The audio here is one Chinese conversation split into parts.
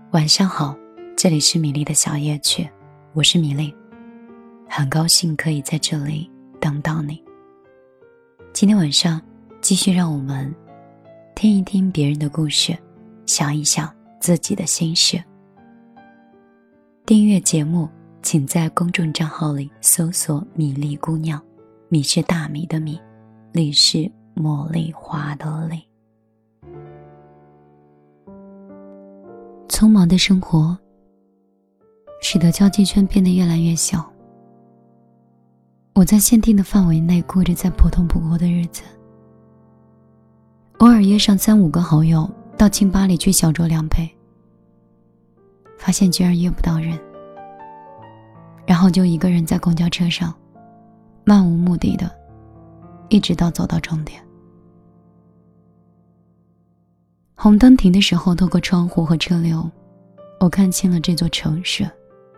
晚上好，这里是米粒的小夜曲，我是米粒，很高兴可以在这里等到你。今天晚上继续让我们听一听别人的故事，想一想自己的心事。订阅节目请在公众账号里搜索米粒姑娘，米是大米的米，粒是茉莉花的粒。匆忙的生活使得交际圈变得越来越小，我在限定的范围内过着再普通不过的日子，偶尔约上3-5个好友到清吧里去小酌2杯，发现居然约不到人，然后就一个人在公交车上漫无目的的一直到走到终点。红灯停的时候，透过窗户和车流，我看清了这座城市。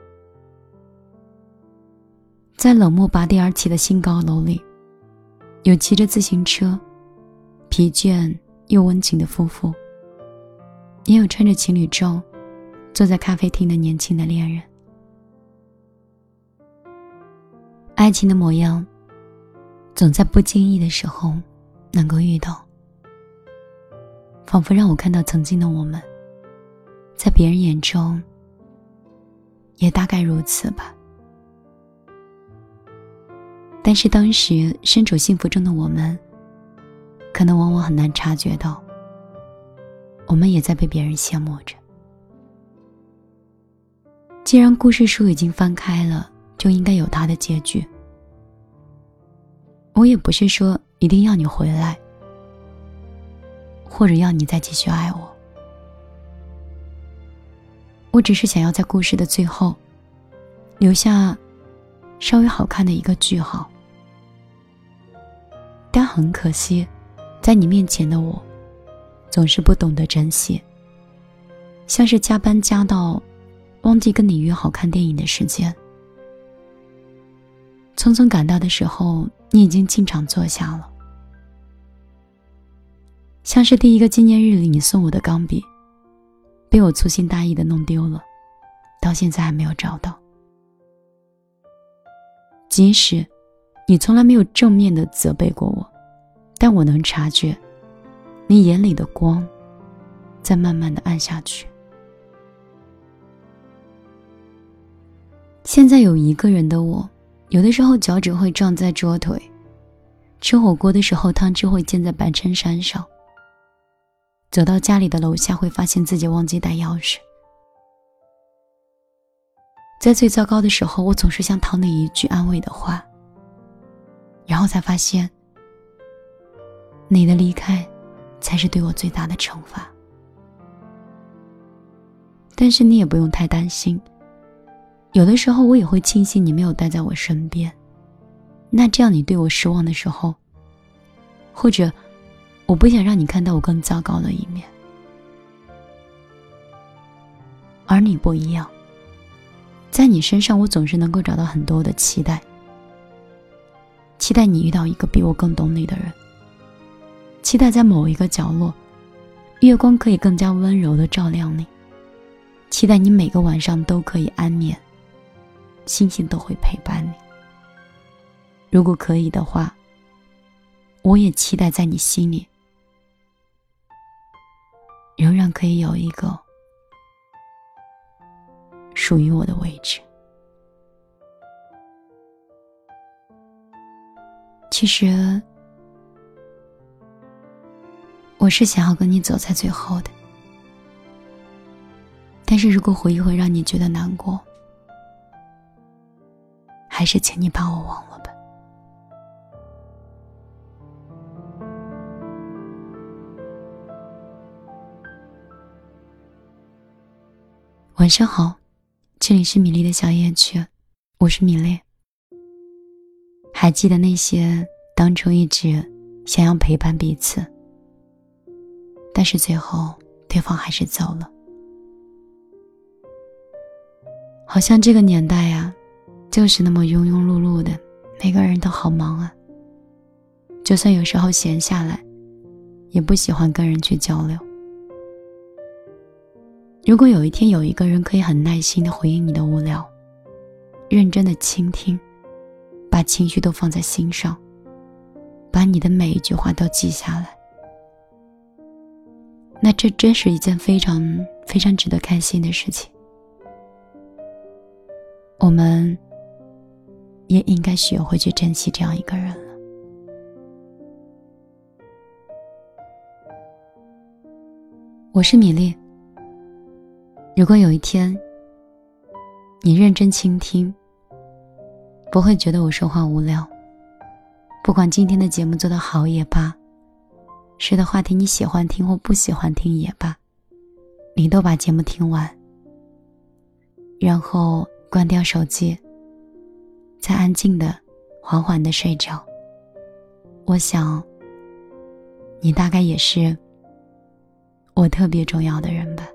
在冷漠拔地而起的新高楼里，有骑着自行车疲倦又温情的夫妇，也有穿着情侣装坐在咖啡厅的年轻的恋人。爱情的模样总在不经意的时候能够遇到，仿佛让我看到曾经的我们，在别人眼中也大概如此吧。但是当时身处幸福中的我们，可能往往很难察觉到，我们也在被别人羡慕着。既然故事书已经翻开了，就应该有它的结局。我也不是说一定要你回来，或者要你再继续爱我，我只是想要在故事的最后留下稍微好看的一个句号。但很可惜，在你面前的我总是不懂得珍惜，像是加班加到忘记跟你约好看电影的时间，匆匆赶到的时候你已经进场坐下了，像是第一个纪念日里你送我的钢笔，被我粗心大意的弄丢了，到现在还没有找到。即使你从来没有正面的责备过我，但我能察觉你眼里的光在慢慢的暗下去。现在有一个人的我，有的时候脚趾会撞在桌腿，吃火锅的时候汤汁会溅在白衬衫上，走到家里的楼下会发现自己忘记带钥匙。在最糟糕的时候，我总是想讨你一句安慰的话，然后才发现你的离开才是对我最大的惩罚。但是你也不用太担心，有的时候我也会庆幸你没有待在我身边，那这样你对我失望的时候，或者我不想让你看到我更糟糕的一面。而你不一样，在你身上我总是能够找到很多的期待，期待你遇到一个比我更懂你的人，期待在某一个角落月光可以更加温柔地照亮你，期待你每个晚上都可以安眠，星星都会陪伴你。如果可以的话，我也期待在你心里仍然可以有一个属于我的位置。其实我是想要跟你走在最后的，但是如果回忆会让你觉得难过，还是请你把我忘了吧。晚上好，这里是米粒的小夜曲，我是米粒。还记得那些当初一直想要陪伴彼此，但是最后对方还是走了。好像这个年代啊，就是那么庸庸碌碌的，每个人都好忙啊。就算有时候闲下来，也不喜欢跟人去交流。 如果有一天有一个人可以很耐心地回应你的无聊，认真地倾听，把情绪都放在心上，把你的每一句话都记下来，那这真是一件非常非常值得开心的事情。我们也应该学会去珍惜这样一个人了。我是米粒，如果有一天你认真倾听，不会觉得我说话无聊，不管今天的节目做得好也罢，是的话题你喜欢听或不喜欢听也罢，你都把节目听完，然后关掉手机，再安静的缓缓的睡着。我想你大概也是我特别重要的人吧。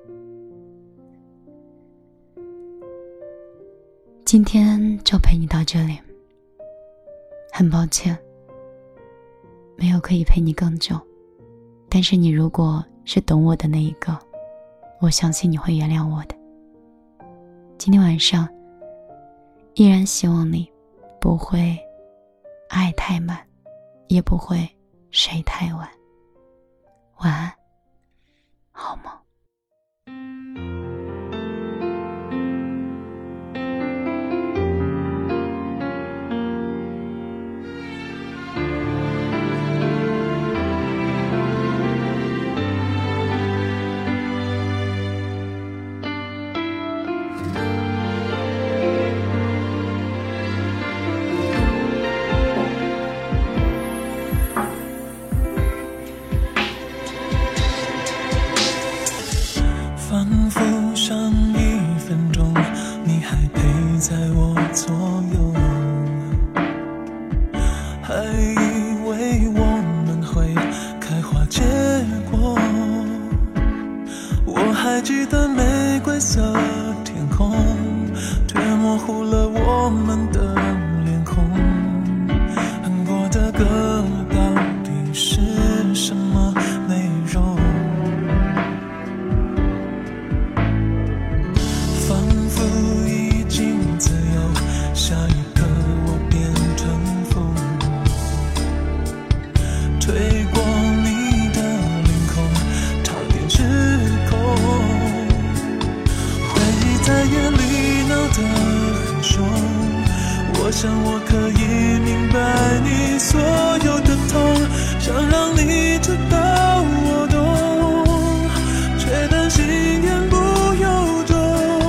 今天就陪你到这里，很抱歉没有可以陪你更久，但是你如果是懂我的那一个，我相信你会原谅我的。今天晚上依然希望你不会爱太满，也不会睡太晚。晚安，好梦。 仿佛上1分钟，你还陪在我左右，还以为我们会开花结果。我还记得玫瑰色天空，却模糊了我们的脸孔。哼过的歌到底是什么内容？下一刻我变成风，吹过你的领空，差点失控。回忆在夜里闹得很凶，我想我可以明白你所有的痛，想让你知道我懂，却担心言不由衷。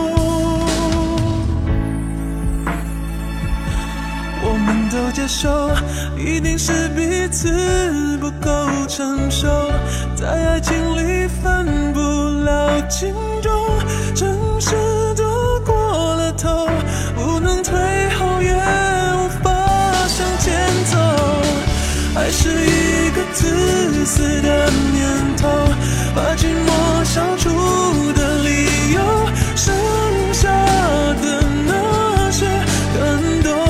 都接受，一定是彼此不够成熟，在爱情里分不了轻重，真是都过了头，不能退后也无法向前走。爱是一个自私的念头，把寂寞消除的理由，剩下的那些感动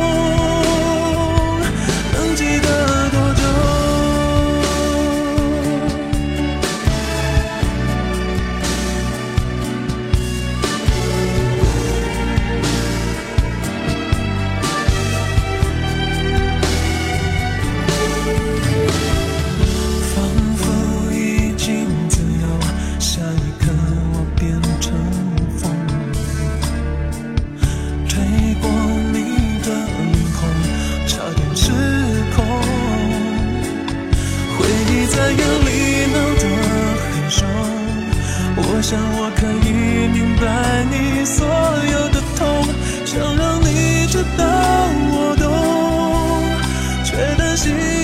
我想我可以明白你所有的痛，想让你知道我懂，却担心